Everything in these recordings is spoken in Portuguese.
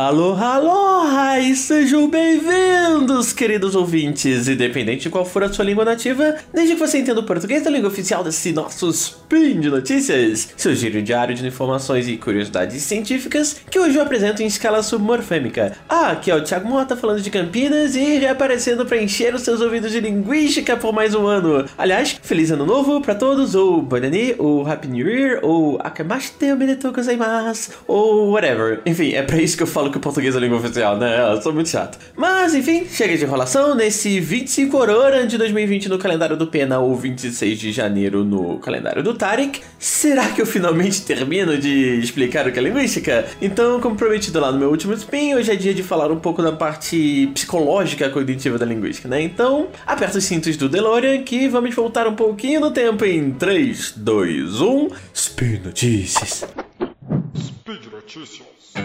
Alô, alô, e sejam bem-vindos, queridos ouvintes, independente de qual for a sua língua nativa, desde que você entenda o português da língua oficial desse nosso Spin de Notícias, seu giro diário de informações e curiosidades científicas, que hoje eu apresento em escala submorfêmica. Aqui é o Thiago Mota falando de Campinas e reaparecendo para encher os seus ouvidos de linguística por mais um ano. Aliás, feliz ano novo pra todos, ou Bonani, ou Happy New Year, ou Akamashite omedetou gozaimasu, ou whatever. Enfim, é pra isso que eu falo que o português é a língua oficial, né? Eu sou muito chato. Mas, enfim, chega de enrolação. Nesse 25 Aurora de 2020 no calendário do Pena, ou 26 de janeiro no calendário do Tarek, será que eu finalmente termino de explicar o que é linguística? Então, como prometido lá no meu último spin, hoje é dia de falar um pouco da parte psicológica cognitiva da linguística, né? Então, aperta os cintos do DeLorean que vamos voltar um pouquinho no tempo em 3, 2, 1... Speed Notícias. Speed Notícias.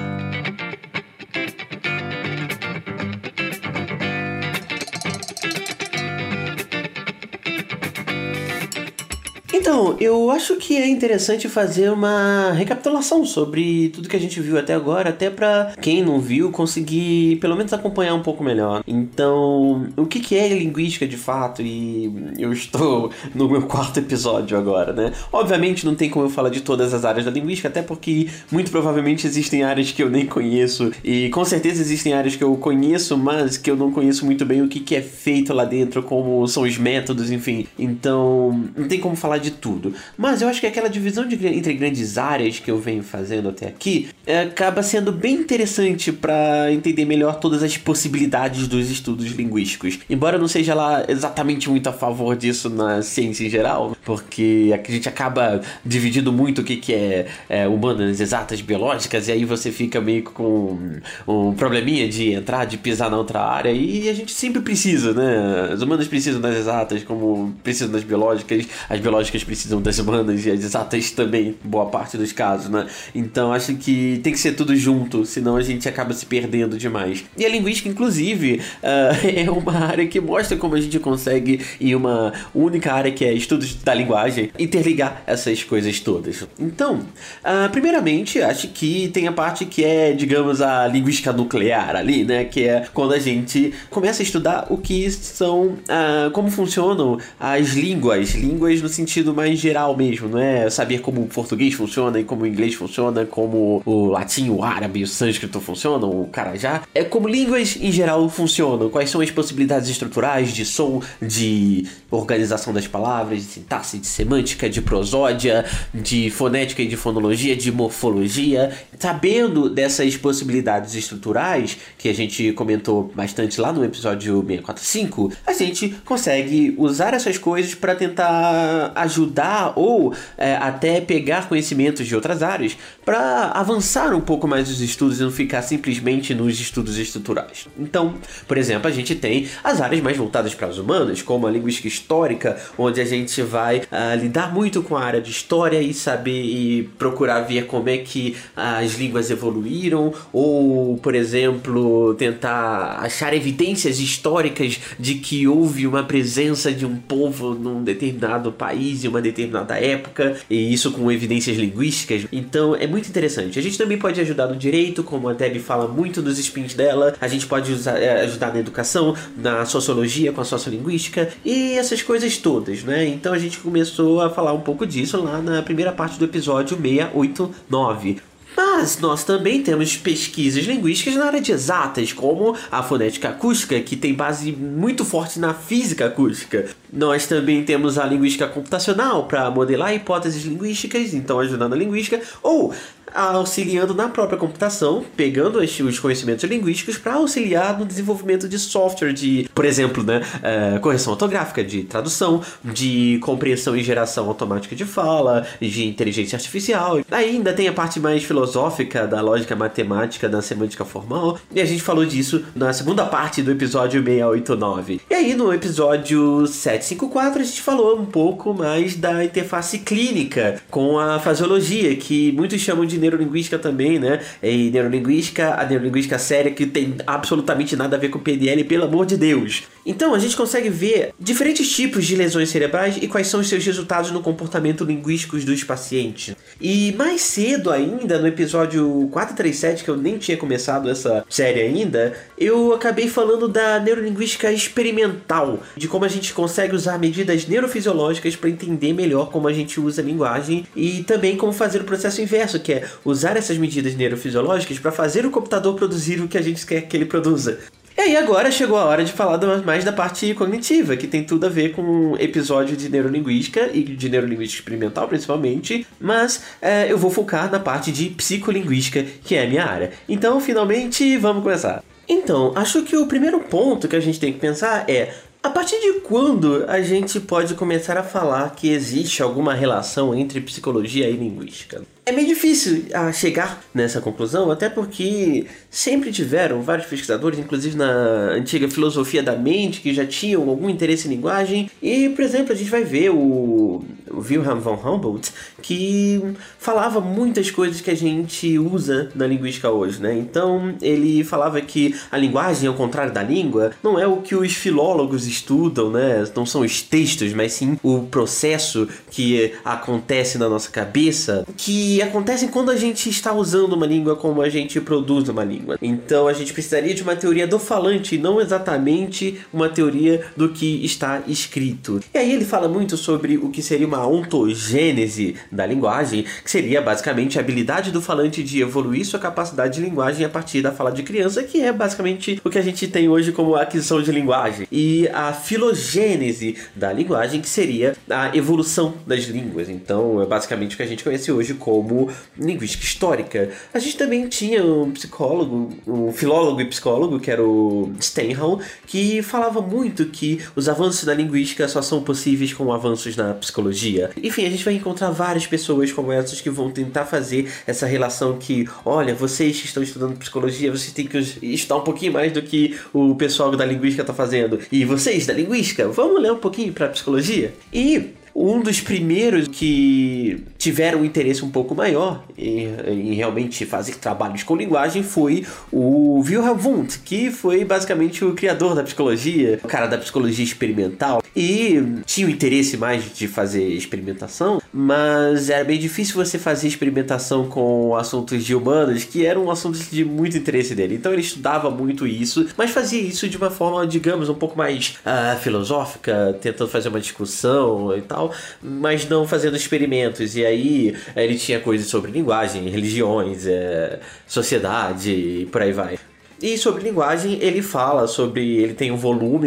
Então, eu acho que é interessante fazer uma recapitulação sobre tudo que a gente viu até agora, até pra quem não viu conseguir pelo menos acompanhar um pouco melhor. Então, o que é linguística de fato? E eu estou no meu 4º episódio agora, né? Obviamente não tem como eu falar de todas as áreas da linguística, até porque muito provavelmente existem áreas que eu nem conheço e com certeza existem áreas que eu conheço, mas que eu não conheço muito bem o que é feito lá dentro, como são os métodos, enfim. Então, não tem como falar de tudo. Mas eu acho que aquela divisão entre grandes áreas que eu venho fazendo até aqui acaba sendo bem interessante para entender melhor todas as possibilidades dos estudos linguísticos. Embora eu não seja lá exatamente muito a favor disso na ciência em geral, porque a gente acaba dividindo muito o que é humanas, exatas, biológicas, e aí você fica meio com um probleminha de entrar, de pisar na outra área, e a gente sempre precisa, né? As humanas precisam das exatas, como precisam das biológicas, as biológicas precisam das humanas e as exatas também, boa parte dos casos, né? Então acho que tem que ser tudo junto, senão a gente acaba se perdendo demais. E a linguística, inclusive, é uma área que mostra como a gente consegue, em uma única área que é estudos da linguagem, interligar essas coisas todas. Então, primeiramente, acho que tem a parte que é, digamos, a linguística nuclear ali, né? Que é quando a gente começa a estudar o que são, como funcionam as línguas no sentido mais geral mesmo, não é saber como o português funciona e como o inglês funciona, como o latim, o árabe, o sânscrito funcionam, o carajá. É como línguas em geral funcionam, quais são as possibilidades estruturais de som, de organização das palavras, de sintaxe, de semântica, de prosódia, de fonética e de fonologia, de morfologia. Sabendo dessas possibilidades estruturais, que a gente comentou bastante lá no episódio 645, a gente consegue usar essas coisas para tentar ajudar ou até pegar conhecimentos de outras áreas para avançar um pouco mais os estudos e não ficar simplesmente nos estudos estruturais. Então, por exemplo, a gente tem as áreas mais voltadas para as humanas, como a linguística histórica, onde a gente vai lidar muito com a área de história e saber e procurar ver como é que as línguas evoluíram, ou, por exemplo, tentar achar evidências históricas de que houve uma presença de um povo num determinado país em uma determinada época, e isso com evidências linguísticas. Então é muito interessante. A gente também pode ajudar no direito, como a Debbie fala muito nos spins dela. A gente pode ajudar na educação, na sociologia com a sociolinguística e essas coisas todas, né? Então a gente começou a falar um pouco disso lá na primeira parte do episódio 689. Mas nós também temos pesquisas linguísticas na área de exatas, como a fonética acústica, que tem base muito forte na física acústica. Nós também temos a linguística computacional para modelar hipóteses linguísticas, então ajudando a linguística, ou auxiliando na própria computação, pegando os conhecimentos linguísticos para auxiliar no desenvolvimento de software de, por exemplo, né, correção ortográfica, de tradução, de compreensão e geração automática de fala, de inteligência artificial. Ainda tem a parte mais filosófica da lógica matemática, da semântica formal, e a gente falou disso na segunda parte do episódio 689. E aí no episódio 754 a gente falou um pouco mais da interface clínica com a fasiologia, que muitos chamam de neurolinguística também, né? E a neurolinguística séria, que tem absolutamente nada a ver com PNL, pelo amor de Deus. Então a gente consegue ver diferentes tipos de lesões cerebrais e quais são os seus resultados no comportamento linguístico dos pacientes. E mais cedo ainda, no episódio 437, que eu nem tinha começado essa série ainda, eu acabei falando da neurolinguística experimental, de como a gente consegue usar medidas neurofisiológicas para entender melhor como a gente usa a linguagem e também como fazer o processo inverso, que é usar essas medidas neurofisiológicas para fazer o computador produzir o que a gente quer que ele produza. E aí agora chegou a hora de falar mais da parte cognitiva, que tem tudo a ver com um episódio de neurolinguística e de neurolinguística experimental principalmente, mas eu vou focar na parte de psicolinguística, que é a minha área. Então, finalmente, vamos começar. Então, acho que o primeiro ponto que a gente tem que pensar é: a partir de quando a gente pode começar a falar que existe alguma relação entre psicologia e linguística? É meio difícil chegar nessa conclusão, até porque sempre tiveram vários pesquisadores, inclusive na antiga filosofia da mente, que já tinham algum interesse em linguagem. E, por exemplo, a gente vai ver o Wilhelm von Humboldt, que falava muitas coisas que a gente usa na linguística hoje, né? Então, ele falava que a linguagem, ao contrário da língua, não é o que os filólogos estudam, né? Não são os textos, mas sim o processo que acontece na nossa cabeça, que acontecem quando a gente está usando uma língua, como a gente produz uma língua. Então a gente precisaria de uma teoria do falante, não exatamente uma teoria do que está escrito. E aí ele fala muito sobre o que seria uma ontogênese da linguagem, que seria basicamente a habilidade do falante de evoluir sua capacidade de linguagem a partir da fala de criança, que é basicamente o que a gente tem hoje como aquisição de linguagem. E a filogênese da linguagem, que seria a evolução das línguas. Então é basicamente o que a gente conhece hoje como linguística histórica. A gente também tinha um filólogo e psicólogo, que era o Steinhall, que falava muito que os avanços na linguística só são possíveis com avanços na psicologia. Enfim, a gente vai encontrar várias pessoas como essas que vão tentar fazer essa relação que, olha, vocês que estão estudando psicologia, vocês têm que estudar um pouquinho mais do que o pessoal da linguística está fazendo. E vocês da linguística, vamos ler um pouquinho para psicologia? E um dos primeiros que tiveram um interesse um pouco maior em realmente fazer trabalhos com linguagem foi o Wilhelm Wundt, que foi basicamente o criador da psicologia, o cara da psicologia experimental, e tinha o interesse mais de fazer experimentação, mas era bem difícil você fazer experimentação com assuntos de humanos, que eram assuntos de muito interesse dele. Então ele estudava muito isso, mas fazia isso de uma forma, digamos, um pouco mais filosófica, tentando fazer uma discussão e tal, mas não fazendo experimentos. E aí ele tinha coisas sobre linguagem, religiões, sociedade e por aí vai. E sobre linguagem, ele fala sobre... Ele tem um volume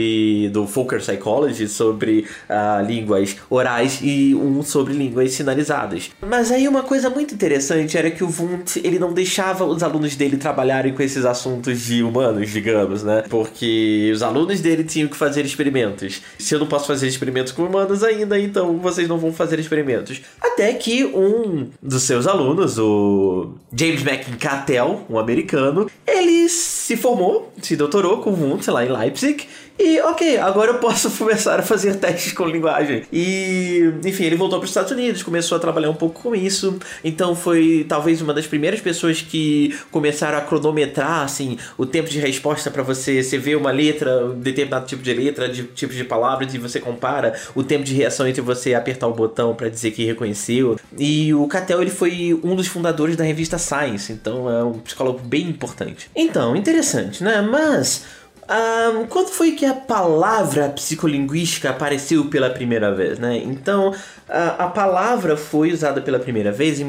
do Fokker Psychology, sobre línguas orais, e um sobre línguas sinalizadas. Mas aí uma coisa muito interessante era que o Wundt, ele não deixava os alunos dele trabalharem com esses assuntos de humanos, digamos, né? Porque os alunos dele tinham que fazer experimentos. Se eu não posso fazer experimentos com humanos ainda, então vocês não vão fazer experimentos. Até que um dos seus alunos, o James McCattell, um americano, ele se formou, se doutorou com Wundt lá em Leipzig. E, ok, agora eu posso começar a fazer testes com linguagem. E, enfim, ele voltou para os Estados Unidos, começou a trabalhar um pouco com isso. Então foi talvez uma das primeiras pessoas que começaram a cronometrar, assim, o tempo de resposta para você. Você vê uma letra, um determinado tipo de letra, de tipos de palavras, e você compara o tempo de reação entre você apertar o botão para dizer que reconheceu. E o Cattell, ele foi um dos fundadores da revista Science, então é um psicólogo bem importante. Então, interessante, né? Mas... quando foi que a palavra psicolinguística apareceu pela primeira vez, né? Então, a palavra foi usada pela primeira vez em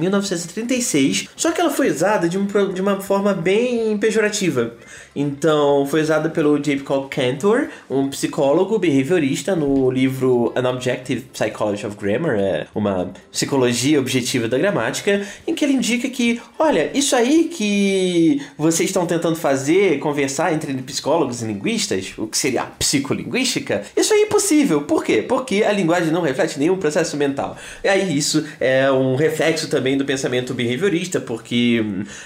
1936, só que ela foi usada de uma forma bem pejorativa. Então, foi usada pelo J. Paul Cantor, um psicólogo behaviorista, no livro An Objective Psychology of Grammar, uma psicologia objetiva da gramática, em que ele indica que, olha, isso aí que vocês estão tentando fazer, conversar entre psicólogos e linguistas, o que seria a psicolinguística, isso é impossível. Por quê? Porque a linguagem não reflete nenhum processo mental. E aí isso é um reflexo também do pensamento behaviorista, porque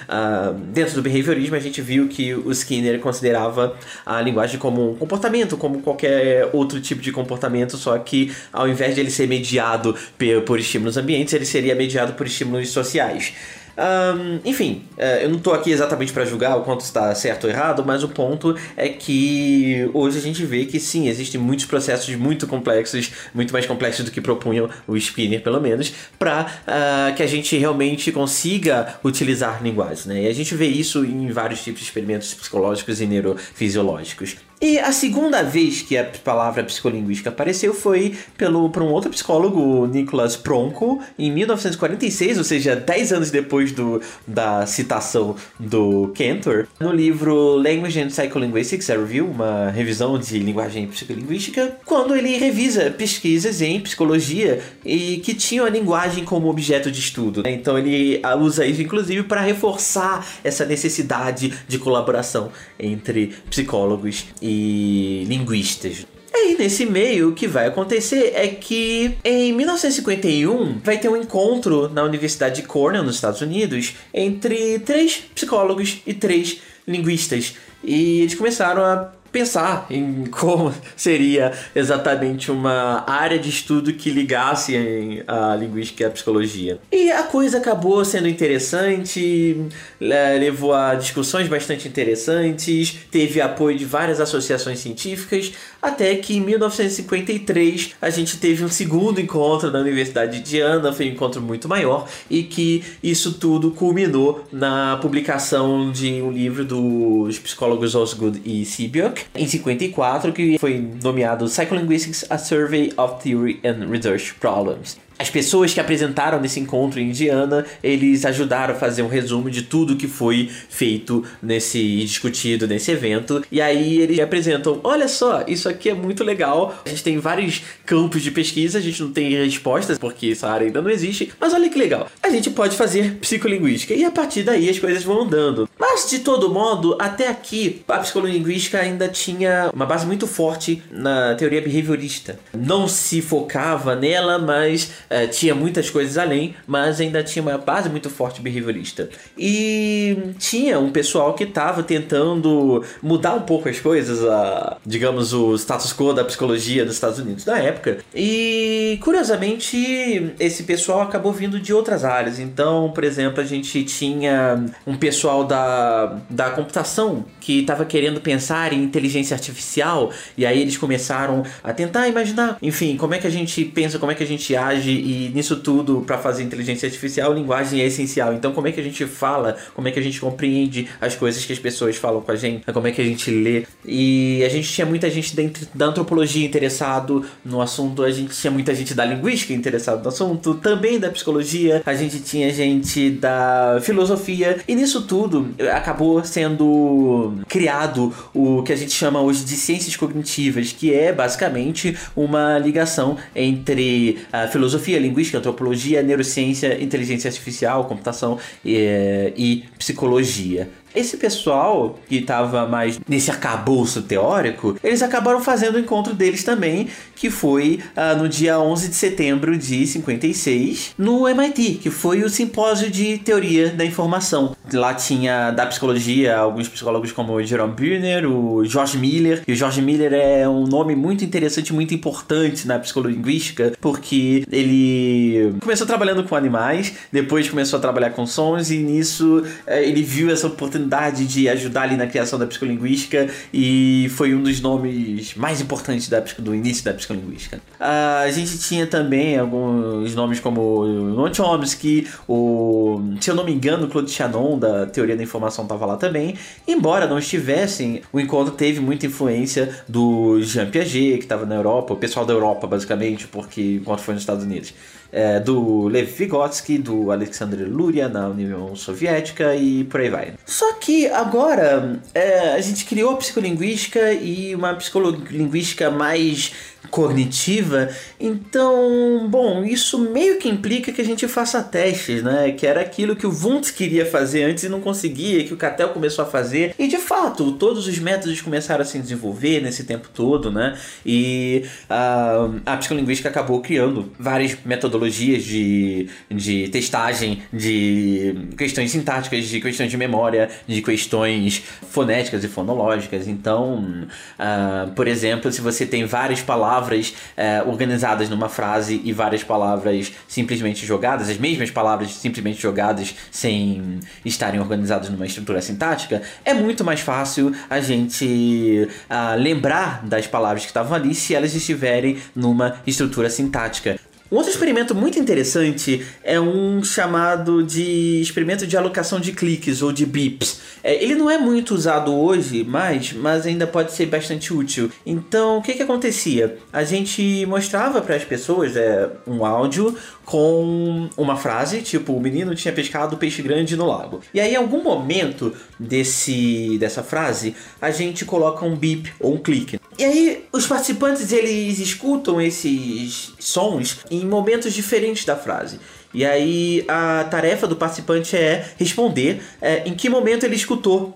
dentro do behaviorismo a gente viu que o Skinner considerava a linguagem como um comportamento, como qualquer outro tipo de comportamento, só que ao invés de ele ser mediado por estímulos ambientes, ele seria mediado por estímulos sociais. Enfim, eu não tô aqui exatamente para julgar o quanto está certo ou errado, mas o ponto é que hoje a gente vê que sim, existem muitos processos muito complexos, muito mais complexos do que propunham o Skinner, pelo menos, para que a gente realmente consiga utilizar linguagem, né? E a gente vê isso em vários tipos de experimentos psicológicos e neurofisiológicos. E a segunda vez que a palavra psicolinguística apareceu foi por um outro psicólogo, Nicholas Pronko, em 1946, ou seja, 10 anos depois da citação do Cantor, no livro Language and Psycholinguistics, a Review, uma revisão de linguagem psicolinguística, quando ele revisa pesquisas em psicologia e que tinham a linguagem como objeto de estudo. Então ele usa isso, inclusive, para reforçar essa necessidade de colaboração entre psicólogos e linguistas. E nesse meio, o que vai acontecer é que em 1951 vai ter um encontro na Universidade de Cornell, nos Estados Unidos, entre 3 psicólogos e 3 linguistas. E eles começaram a pensar em como seria exatamente uma área de estudo que ligasse a linguística e a psicologia. E a coisa acabou sendo interessante, levou a discussões bastante interessantes, teve apoio de várias associações científicas, até que em 1953 a gente teve um segundo encontro na Universidade de Indiana, foi um encontro muito maior, e que isso tudo culminou na publicação de um livro dos psicólogos Osgood e Seebeck, em 54, que foi nomeado Psycholinguistics: A Survey of Theory and Research Problems. As pessoas que apresentaram nesse encontro em Indiana, eles ajudaram a fazer um resumo de tudo que foi feito e discutido nesse evento. E aí eles apresentam, olha só, isso aqui é muito legal. A gente tem vários campos de pesquisa, a gente não tem respostas, porque essa área ainda não existe. Mas olha que legal, a gente pode fazer psicolinguística. E a partir daí as coisas vão andando. Mas de todo modo, até aqui, a psicolinguística ainda tinha uma base muito forte na teoria behaviorista. Não se focava nela, mas tinha muitas coisas além, mas ainda tinha uma base muito forte behaviorista. E tinha um pessoal que estava tentando mudar um pouco as coisas, digamos, o status quo da psicologia dos Estados Unidos na época. E, curiosamente, esse pessoal acabou vindo de outras áreas. Então, por exemplo, a gente tinha um pessoal da computação que estava querendo pensar em inteligência artificial, e aí eles começaram a tentar imaginar, enfim, como é que a gente pensa, como é que a gente age. E nisso tudo, para fazer inteligência artificial, linguagem é essencial. Então, como é que a gente fala, como é que a gente compreende as coisas que as pessoas falam com a gente, como é que a gente lê. E a gente tinha muita gente da antropologia interessado no assunto, a gente tinha muita gente da linguística interessado no assunto, também da psicologia, a gente tinha gente da filosofia, e nisso tudo acabou sendo criado o que a gente chama hoje de ciências cognitivas, que é basicamente uma ligação entre a filosofia, linguística, antropologia, neurociência, inteligência artificial, computação e psicologia. Esse pessoal que estava mais nesse arcabouço teórico, eles acabaram fazendo o encontro deles também, que foi no dia 11 de setembro de 56, no MIT, que foi o simpósio de teoria da informação. Lá tinha da psicologia alguns psicólogos como o Jerome Bruner, o George Miller, e o George Miller é um nome muito interessante, muito importante na psicolinguística, porque ele começou trabalhando com animais, depois começou a trabalhar com sons, e nisso ele viu essa oportunidade de ajudar ali na criação da psicolinguística, e foi um dos nomes mais importantes do início da psicolinguística. A gente tinha também alguns nomes como Noam Chomsky, se eu não me engano, Claude Shannon, da teoria da informação, estava lá também. Embora não estivessem, o encontro teve muita influência do Jean Piaget, que estava na Europa, o pessoal da Europa, basicamente, porque o encontro foi nos Estados Unidos. Do Lev Vygotsky, do Alexander Luria na União Soviética e por aí vai. Só que agora a gente criou a psicolinguística e uma psicolinguística mais cognitiva, então, bom, isso meio que implica que a gente faça testes, né, que era aquilo que o Wundt queria fazer antes e não conseguia, que o Cattell começou a fazer, e de fato, todos os métodos começaram a se desenvolver nesse tempo todo, né, e a psicolinguística acabou criando várias metodologias metodologias de testagem de questões sintáticas, de questões de memória, de questões fonéticas e fonológicas. Então, por exemplo, se você tem várias palavras organizadas numa frase e várias palavras simplesmente jogadas, as mesmas palavras simplesmente jogadas sem estarem organizadas numa estrutura sintática, é muito mais fácil a gente lembrar das palavras que estavam ali se elas estiverem numa estrutura sintática. Um outro experimento muito interessante é um chamado de experimento de alocação de cliques ou de beeps. Ele não é muito usado hoje, mas ainda pode ser bastante útil. Então, o que acontecia? A gente mostrava para as pessoas um áudio com uma frase, tipo, o menino tinha pescado peixe grande no lago. E aí, em algum momento dessa frase, a gente coloca um beep ou um clique. E aí, os participantes, eles escutam esses sons em momentos diferentes da frase. E aí, a tarefa do participante é responder em que momento ele escutou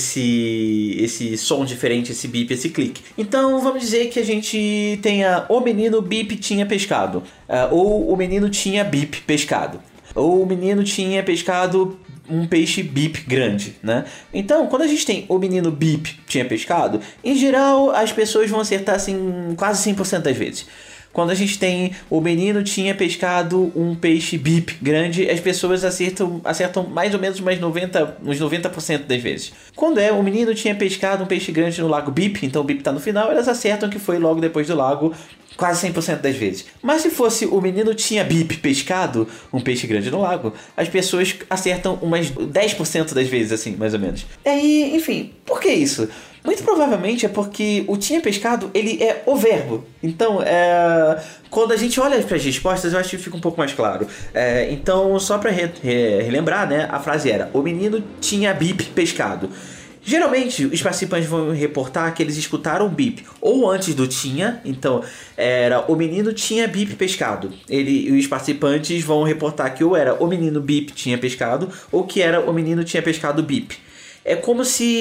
esse som diferente, esse beep, esse clique. Então, vamos dizer que a gente tenha o menino beep tinha pescado, ou o menino tinha beep pescado, ou o menino tinha pescado um peixe beep grande, né? Então, quando a gente tem o menino beep tinha pescado, em geral as pessoas vão acertar assim quase 100% das vezes. Quando a gente tem o menino tinha pescado um peixe beep grande, as pessoas acertam mais ou menos uns 90% das vezes. Quando o menino tinha pescado um peixe grande no lago beep, então o beep tá no final, elas acertam que foi logo depois do lago quase 100% das vezes. Mas se fosse o menino tinha beep pescado um peixe grande no lago, as pessoas acertam umas 10% das vezes, assim, mais ou menos. E, enfim, por que isso? Muito provavelmente é porque o tinha pescado, ele é o verbo. Então, quando a gente olha para as respostas, eu acho que fica um pouco mais claro. Então, só para relembrar, né, a frase era: o menino tinha beep pescado. Geralmente, os participantes vão reportar que eles escutaram o beep ou antes do tinha. Então, era o menino tinha beep pescado. Os participantes vão reportar que ou era o menino beep tinha pescado ou que era o menino tinha pescado beep. É como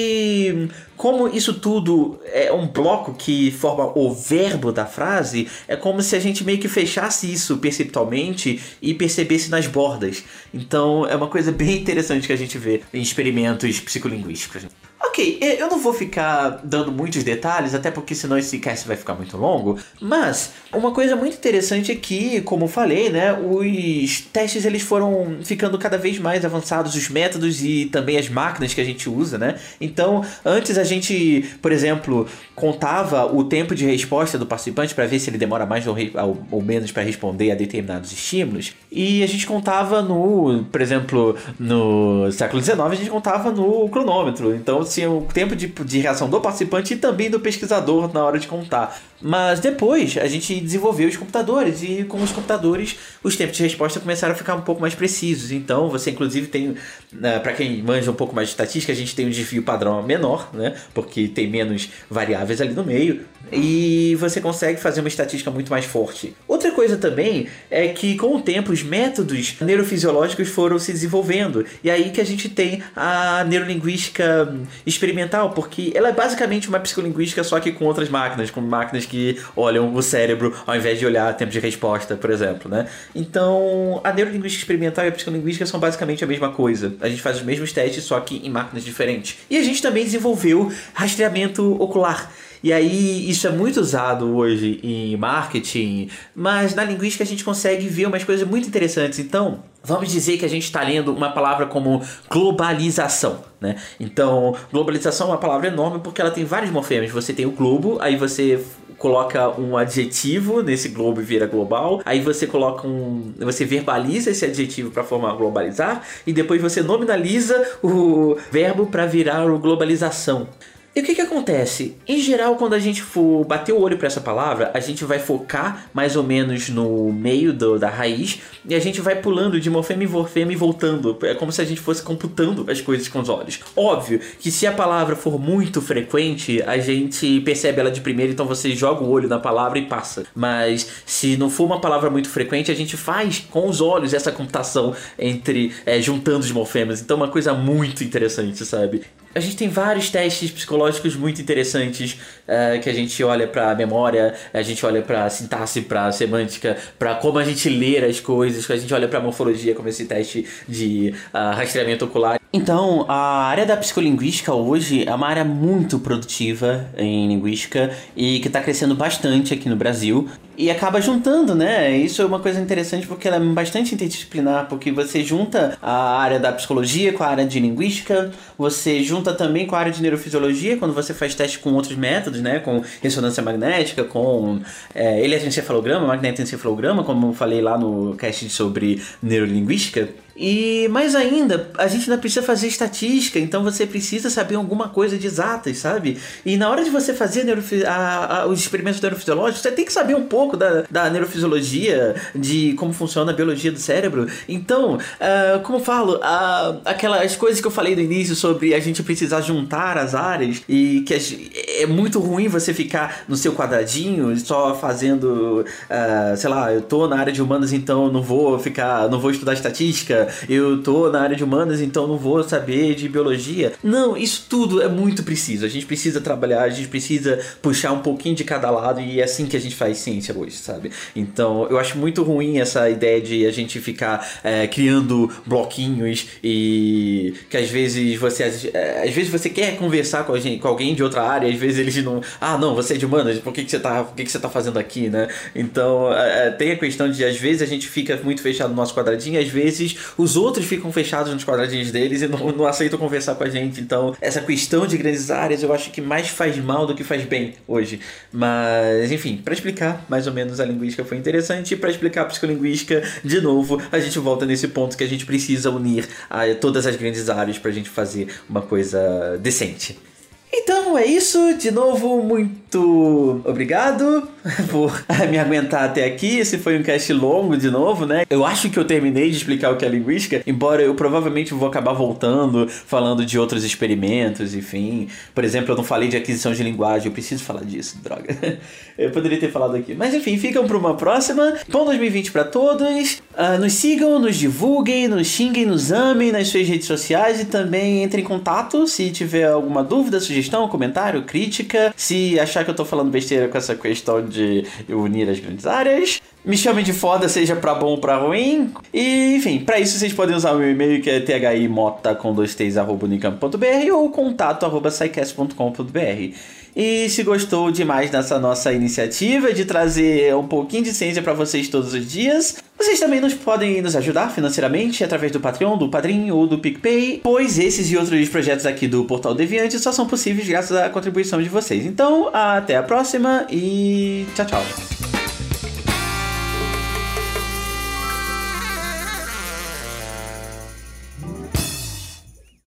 isso tudo é um bloco que forma o verbo da frase, é como se a gente meio que fechasse isso perceptualmente e percebesse nas bordas. Então é uma coisa bem interessante que a gente vê em experimentos psicolinguísticos. Ok, eu não vou ficar dando muitos detalhes, até porque senão esse cast vai ficar muito longo, mas uma coisa muito interessante é que, como eu falei, né, os testes eles foram ficando cada vez mais avançados, os métodos e também as máquinas que a gente usa, né? Então, antes a gente, por exemplo, contava o tempo de resposta do participante para ver se ele demora mais ou menos para responder a determinados estímulos, e a gente contava por exemplo, no século XIX, a gente contava no cronômetro, então tinha o tempo de reação do participante e também do pesquisador na hora de contar. Mas depois a gente desenvolveu os computadores e com os computadores os tempos de resposta começaram a ficar um pouco mais precisos. Então você inclusive tem, para quem manja um pouco mais de estatística, a gente tem um desvio padrão menor, né? Porque tem menos variáveis ali no meio e você consegue fazer uma estatística muito mais forte. Outra coisa também é que com o tempo os métodos neurofisiológicos foram se desenvolvendo e aí que a gente tem a neurolinguística experimental, porque ela é basicamente uma psicolinguística só que com outras máquinas, com máquinas que olham o cérebro ao invés de olhar tempo de resposta, por exemplo, né? Então, a neurolinguística experimental e a psicolinguística são basicamente a mesma coisa. A gente faz os mesmos testes, só que em máquinas diferentes. E a gente também desenvolveu rastreamento ocular. E aí, isso é muito usado hoje em marketing, mas na linguística a gente consegue ver umas coisas muito interessantes. Então, vamos dizer que a gente está lendo uma palavra como globalização, né? Então, globalização é uma palavra enorme porque ela tem vários morfemas. Você tem o globo, aí você coloca um adjetivo nesse globo e vira global, aí você você verbaliza esse adjetivo para formar globalizar e depois você nominaliza o verbo para virar o globalização. E o que acontece? Em geral, quando a gente for bater o olho para essa palavra, a gente vai focar mais ou menos no meio da raiz e a gente vai pulando de morfema em morfema e voltando. É como se a gente fosse computando as coisas com os olhos. Óbvio que se a palavra for muito frequente, a gente percebe ela de primeira, então você joga o olho na palavra e passa. Mas se não for uma palavra muito frequente, a gente faz com os olhos essa computação juntando os morfemas. Então é uma coisa muito interessante, sabe? A gente tem vários testes psicológicos muito interessantes, que a gente olha pra memória, a gente olha pra sintaxe, pra semântica, pra como a gente lê as coisas, a gente olha pra morfologia, como esse teste de rastreamento ocular. Então, a área da psicolinguística hoje é uma área muito produtiva em linguística e que está crescendo bastante aqui no Brasil e acaba juntando, né? Isso é uma coisa interessante porque ela é bastante interdisciplinar, porque você junta a área da psicologia com a área de linguística, você junta também com a área de neurofisiologia, quando você faz teste com outros métodos, né? Com ressonância magnética, com eletroencefalograma, magnetoencefalograma, como eu falei lá no cast sobre neurolinguística. E mais ainda, a gente ainda precisa fazer estatística, então você precisa saber alguma coisa de exatas, sabe? E na hora de você fazer os experimentos neurofisiológicos, você tem que saber um pouco da neurofisiologia, de como funciona a biologia do cérebro. Então, como eu falo, aquelas coisas que eu falei no início sobre a gente precisar juntar as áreas e que é muito ruim você ficar no seu quadradinho só fazendo, sei lá, eu tô na área de humanas, então não vou estudar estatística. Eu tô na área de humanas, então não vou saber de biologia. Não, isso tudo é muito preciso. A gente precisa trabalhar, a gente precisa puxar um pouquinho de cada lado e é assim que a gente faz ciência hoje, sabe? Então, eu acho muito ruim essa ideia de a gente ficar criando bloquinhos e que às vezes você quer conversar com alguém de outra área, às vezes eles não... não, você é de humanas, por que você tá fazendo aqui, né? Então, tem a questão de às vezes a gente fica muito fechado no nosso quadradinho, às vezes os outros ficam fechados nos quadradinhos deles e não aceitam conversar com a gente. Então, essa questão de grandes áreas eu acho que mais faz mal do que faz bem hoje. Mas, enfim, para explicar mais ou menos a linguística foi interessante. E para explicar a psicolinguística, de novo, a gente volta nesse ponto que a gente precisa unir todas as grandes áreas pra gente fazer uma coisa decente. Então é isso, de novo, muito obrigado por me aguentar até aqui. Esse foi um cast longo de novo, né? Eu acho que eu terminei de explicar o que é linguística, embora eu provavelmente vou acabar voltando, falando de outros experimentos, enfim. Por exemplo, eu não falei de aquisição de linguagem, eu preciso falar disso, droga. Eu poderia ter falado aqui. Mas enfim, ficam para uma próxima. Bom 2020 para todos. Nos sigam, nos divulguem, nos xinguem, nos amem nas suas redes sociais e também entrem em contato se tiver alguma dúvida, sugestão, comentário, crítica. Se achar que eu tô falando besteira com essa questão de unir as grandes áreas, me chamem de foda, seja pra bom ou pra ruim. E, enfim, pra isso vocês podem usar o meu e-mail, que é thimota@unicamp.br ou contato@scicast.com.br. E se gostou demais dessa nossa iniciativa de trazer um pouquinho de ciência pra vocês todos os dias, vocês também podem nos ajudar financeiramente através do Patreon, do Padrim ou do PicPay, pois esses e outros projetos aqui do Portal Deviante só são possíveis graças à contribuição de vocês. Então, até a próxima e tchau, tchau.